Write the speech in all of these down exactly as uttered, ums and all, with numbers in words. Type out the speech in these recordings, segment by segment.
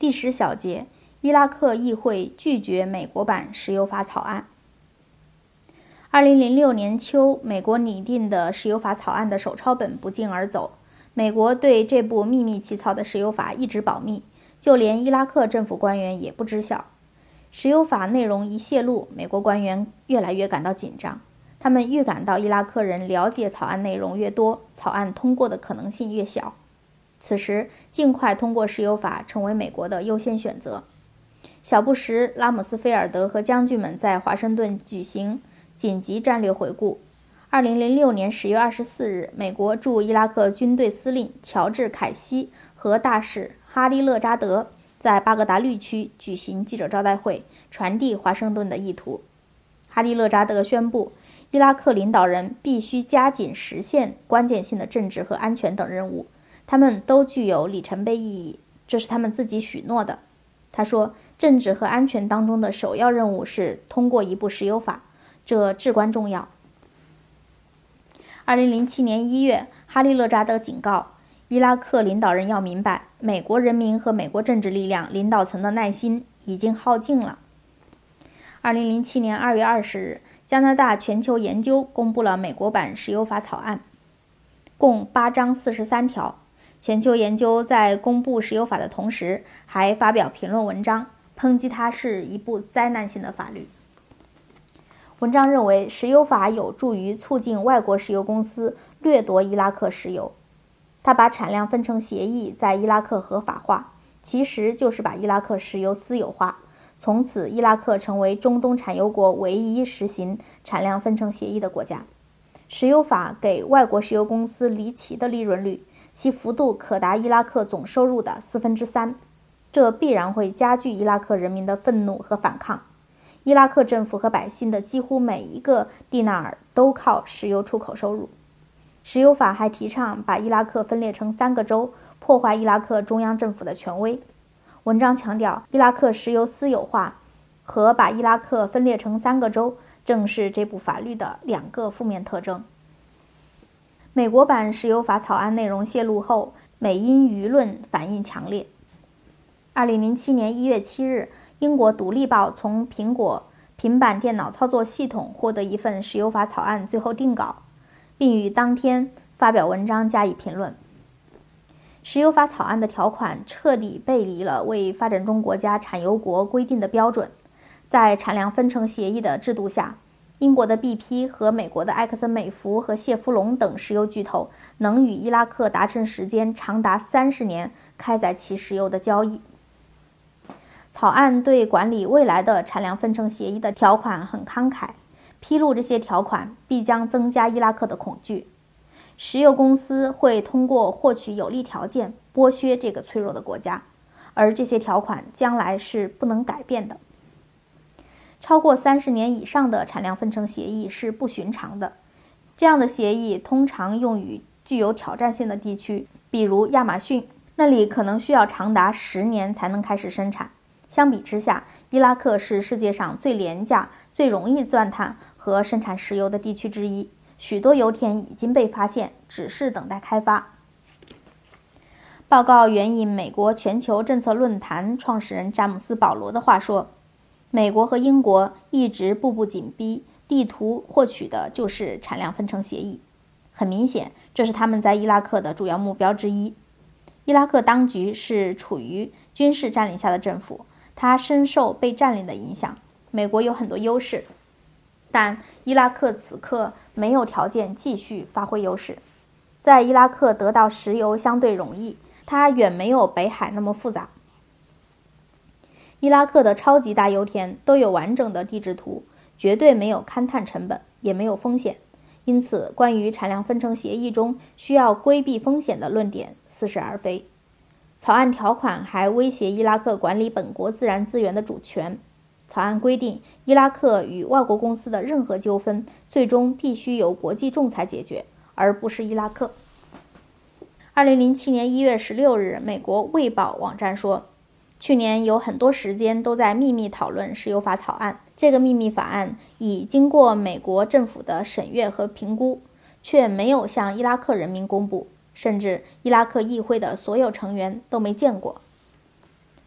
第十小节，伊拉克议会拒绝美国版石油法草案。二零零六年秋，美国拟定的石油法草案的手抄本不胫而走。美国对这部秘密起草的石油法一直保密，就连伊拉克政府官员也不知晓。石油法内容一泄露，美国官员越来越感到紧张。他们预感到伊拉克人了解草案内容越多，草案通过的可能性越小。此时，尽快通过石油法成为美国的优先选择。小布什、拉姆斯菲尔德和将军们在华盛顿举行紧急战略回顾。二零零六年十月二十四日，美国驻伊拉克军队司令乔治·凯西和大使哈利勒扎德在巴格达绿区举行记者招待会，传递华盛顿的意图。哈利勒扎德宣布，伊拉克领导人必须加紧实现关键性的政治和安全等任务，他们都具有里程碑意义，这是他们自己许诺的。他说，政治和安全当中的首要任务是通过一部石油法，这至关重要。二零零七年一月，哈利勒扎德警告，伊拉克领导人要明白，美国人民和美国政治力量领导层的耐心已经耗尽了。二零零七年二月二十日，加拿大全球研究公布了美国版石油法草案，共八章四十三条。全球研究在公布石油法的同时，还发表评论文章，抨击它是一部灾难性的法律。文章认为，石油法有助于促进外国石油公司掠夺伊拉克石油。他把产量分成协议在伊拉克合法化，其实就是把伊拉克石油私有化。从此，伊拉克成为中东产油国唯一实行产量分成协议的国家。石油法给外国石油公司离奇的利润率，其幅度可达伊拉克总收入的四分之三，这必然会加剧伊拉克人民的愤怒和反抗。伊拉克政府和百姓的几乎每一个蒂纳尔都靠石油出口收入。石油法还提倡把伊拉克分裂成三个州，破坏伊拉克中央政府的权威。文章强调，伊拉克石油私有化和把伊拉克分裂成三个州，正是这部法律的两个负面特征。美国版石油法草案内容泄露后，美英舆论反应强烈。二零零七年一月七日，英国《独立报》从苹果平板电脑操作系统获得一份石油法草案最后定稿，并于当天发表文章加以评论。石油法草案的条款彻底背离了为发展中国家产油国规定的标准。在产量分成协议的制度下，英国的 B P 和美国的埃克森美孚和谢夫隆等石油巨头能与伊拉克达成时间长达三十年开采其石油的交易。草案对管理未来的产量分成协议的条款很慷慨，披露这些条款必将增加伊拉克的恐惧。石油公司会通过获取有利条件剥削这个脆弱的国家，而这些条款将来是不能改变的。超过三十年以上的产量分成协议是不寻常的，这样的协议通常用于具有挑战性的地区，比如亚马逊，那里可能需要长达十年才能开始生产。相比之下，伊拉克是世界上最廉价、最容易钻探和生产石油的地区之一，许多油田已经被发现，只是等待开发。报告援引美国全球政策论坛创始人詹姆斯·保罗的话说，美国和英国一直步步紧逼，地图获取的就是产量分成协议。很明显，这是他们在伊拉克的主要目标之一。伊拉克当局是处于军事占领下的政府，它深受被占领的影响。美国有很多优势，但伊拉克此刻没有条件继续发挥优势。在伊拉克得到石油相对容易，它远没有北海那么复杂。伊拉克的超级大油田都有完整的地质图，绝对没有勘探成本，也没有风险。因此，关于产量分成协议中需要规避风险的论点似是而非。草案条款还威胁伊拉克管理本国自然资源的主权。草案规定，伊拉克与外国公司的任何纠纷最终必须由国际仲裁解决，而不是伊拉克。二零零七年一月十六日，美国《卫报》网站说，去年有很多时间都在秘密讨论石油法草案。这个秘密法案已经过美国政府的审阅和评估，却没有向伊拉克人民公布，甚至伊拉克议会的所有成员都没见过。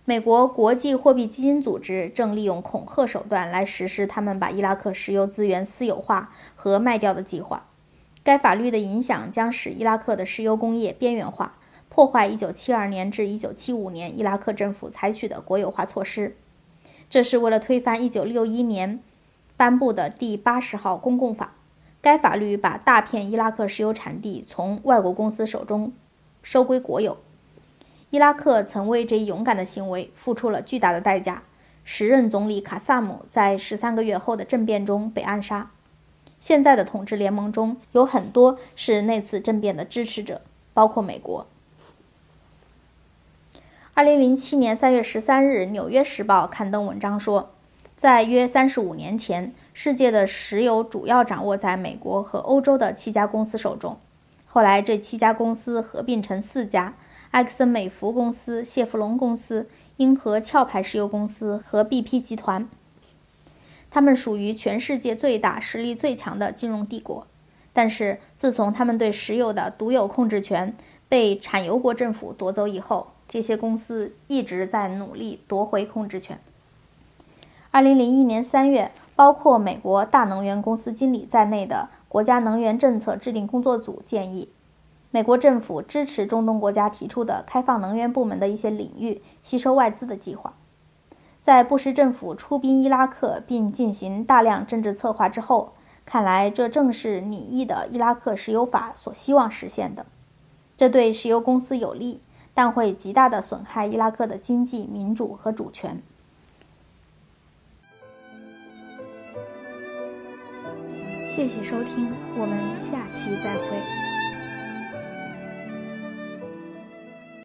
美国国际货币基金组织正利用恐吓手段来实施他们把伊拉克石油资源私有化和卖掉的计划。该法律的影响将使伊拉克的石油工业边缘化，破坏一九七二年至一九七五年伊拉克政府采取的国有化措施。这是为了推翻一九六一年颁布的第八十号公共法。该法律把大片伊拉克石油产地从外国公司手中收归国有。伊拉克曾为这一勇敢的行为付出了巨大的代价。时任总理卡萨姆在十三个月后的政变中被暗杀。现在的统治联盟中有很多是那次政变的支持者，包括美国。二零零七年三月十三日，《纽约时报》刊登文章说，在约三十五年前，世界的石油主要掌握在美国和欧洲的七家公司手中。后来，这七家公司合并成四家：埃克森美孚公司、谢弗隆公司、英和壳牌石油公司和 B P 集团。他们属于全世界最大、实力最强的金融帝国。但是，自从他们对石油的独有控制权被产油国政府夺走以后，这些公司一直在努力夺回控制权。二零零一年三月，包括美国大能源公司经理在内的国家能源政策制定工作组建议，美国政府支持中东国家提出的开放能源部门的一些领域吸收外资的计划。在布什政府出兵伊拉克并进行大量政治策划之后，看来这正是拟议的伊拉克石油法所希望实现的。这对石油公司有利，但会极大地损害伊拉克的经济、民主和主权。谢谢收听，我们下期再会。